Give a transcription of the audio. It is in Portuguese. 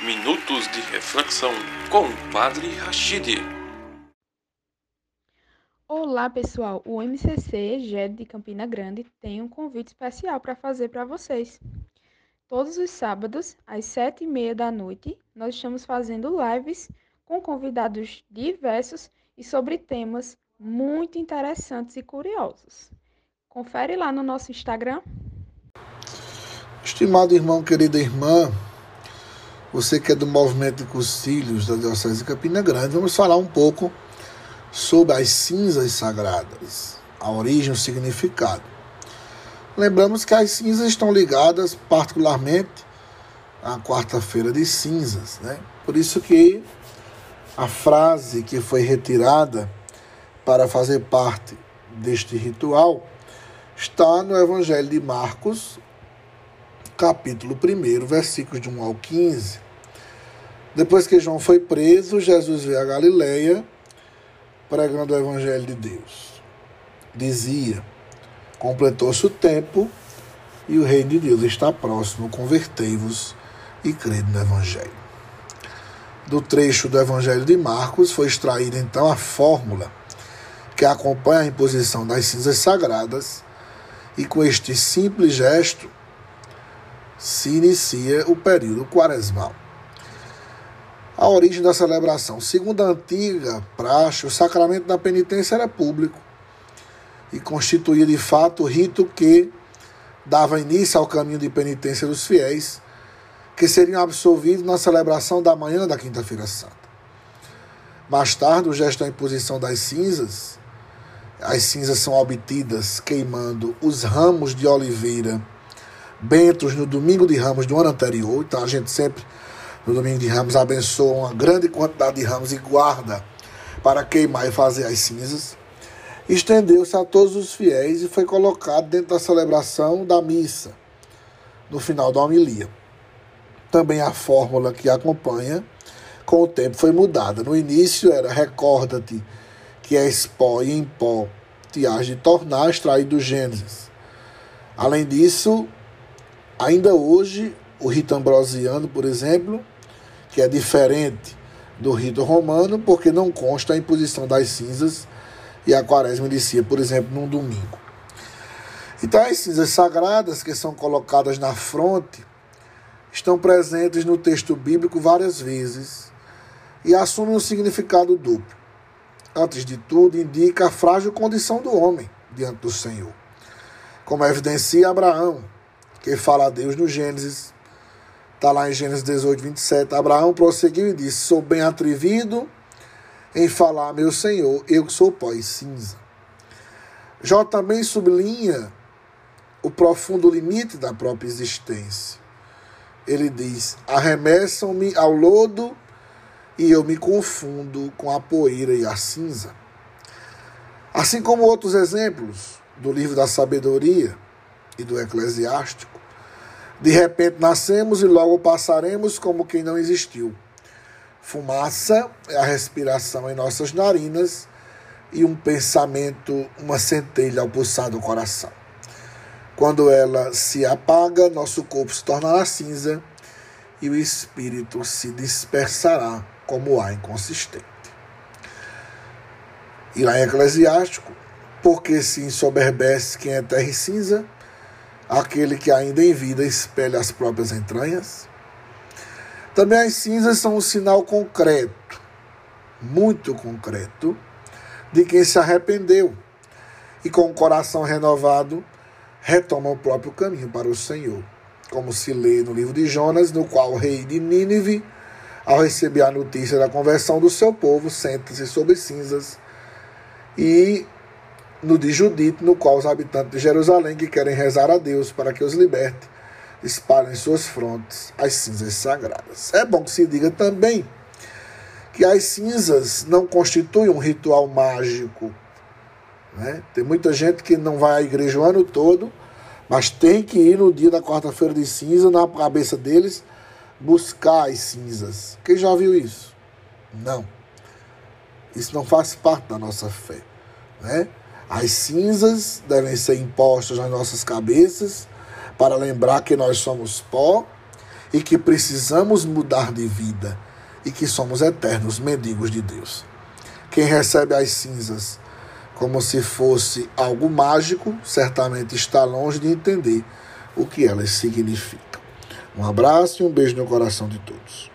Minutos de reflexão com o Padre Rachid. Olá pessoal, o MCC GED de Campina Grande tem um convite especial para fazer para vocês. Todos os sábados, às 7h30 da noite, nós estamos fazendo lives com convidados diversos e sobre temas muito interessantes e curiosos. Confere lá no nosso Instagram. Estimado irmão, querida irmã, você que é do movimento de cursilhos da Diocese de Campina Grande, vamos falar um pouco sobre as cinzas sagradas, a origem e o significado. Lembramos que as cinzas estão ligadas particularmente à quarta-feira de cinzas, né? Por isso que a frase que foi retirada para fazer parte deste ritual está no Evangelho de Marcos, capítulo 1, versículos de 1 ao 15. Depois que João foi preso, Jesus veio a Galileia pregando o Evangelho de Deus. Dizia: completou-se o tempo e o reino de Deus está próximo, convertei-vos e crede no Evangelho. Do trecho do Evangelho de Marcos foi extraída então a fórmula que acompanha a imposição das cinzas sagradas, e com este simples gesto se inicia o período quaresmal. A origem da celebração. Segundo a antiga praxe, o sacramento da penitência era público e constituía de fato o rito que dava início ao caminho de penitência dos fiéis, que seriam absolvidos na celebração da manhã da Quinta-feira Santa. Mais tarde, o gesto da imposição das cinzas, as cinzas são obtidas queimando os ramos de oliveira bentos no domingo de Ramos do ano anterior. Então a gente sempre, no domingo de Ramos, abençoa uma grande quantidade de ramos e guarda para queimar e fazer as cinzas. Estendeu-se a todos os fiéis e foi colocado dentro da celebração da missa, no final da homilia. Também a fórmula que acompanha, com o tempo, foi mudada. No início era: recorda-te que és pó e em pó te hás de tornar, extraído do Gênesis. Além disso, ainda hoje, o rito ambrosiano, por exemplo, que é diferente do rito romano, porque não consta a imposição das cinzas, e a quaresma inicia, por exemplo, num domingo. Então, as cinzas sagradas, que são colocadas na fronte, estão presentes no texto bíblico várias vezes e assumem um significado duplo. Antes de tudo, indica a frágil condição do homem diante do Senhor, como evidencia Abraão, que fala a Deus no Gênesis. Está lá em Gênesis 18, 27. Abraão prosseguiu e disse: sou bem atrevido em falar, meu Senhor, eu que sou pó e cinza. Jó também sublinha o profundo limite da própria existência. Ele diz: arremessam-me ao lodo e eu me confundo com a poeira e a cinza. Assim como outros exemplos do livro da Sabedoria e do Eclesiástico, de repente nascemos e logo passaremos como quem não existiu. Fumaça é a respiração em nossas narinas e um pensamento, uma centelha ao pulsar do coração. Quando ela se apaga, nosso corpo se tornará cinza e o espírito se dispersará como ar inconsistente. E lá em Eclesiástico: porque se ensoberbece quem é terra e cinza, aquele que ainda em vida espelha as próprias entranhas. Também as cinzas são um sinal concreto, muito concreto, de quem se arrependeu e com o coração renovado retoma o próprio caminho para o Senhor. Como se lê no livro de Jonas, no qual o rei de Nínive, ao receber a notícia da conversão do seu povo, senta-se sobre cinzas, e no de Judite, no qual os habitantes de Jerusalém, que querem rezar a Deus para que os liberte, espalham em suas frontes as cinzas sagradas. É bom que se diga também que as cinzas não constituem um ritual mágico, né? Tem muita gente que não vai à igreja o ano todo, mas tem que ir no dia da quarta-feira de cinza, na cabeça deles, buscar as cinzas. Quem já viu isso? Não. Isso não faz parte da nossa fé, né? As cinzas devem ser impostas nas nossas cabeças para lembrar que nós somos pó e que precisamos mudar de vida e que somos eternos mendigos de Deus. Quem recebe as cinzas como se fosse algo mágico, certamente está longe de entender o que elas significam. Um abraço e um beijo no coração de todos.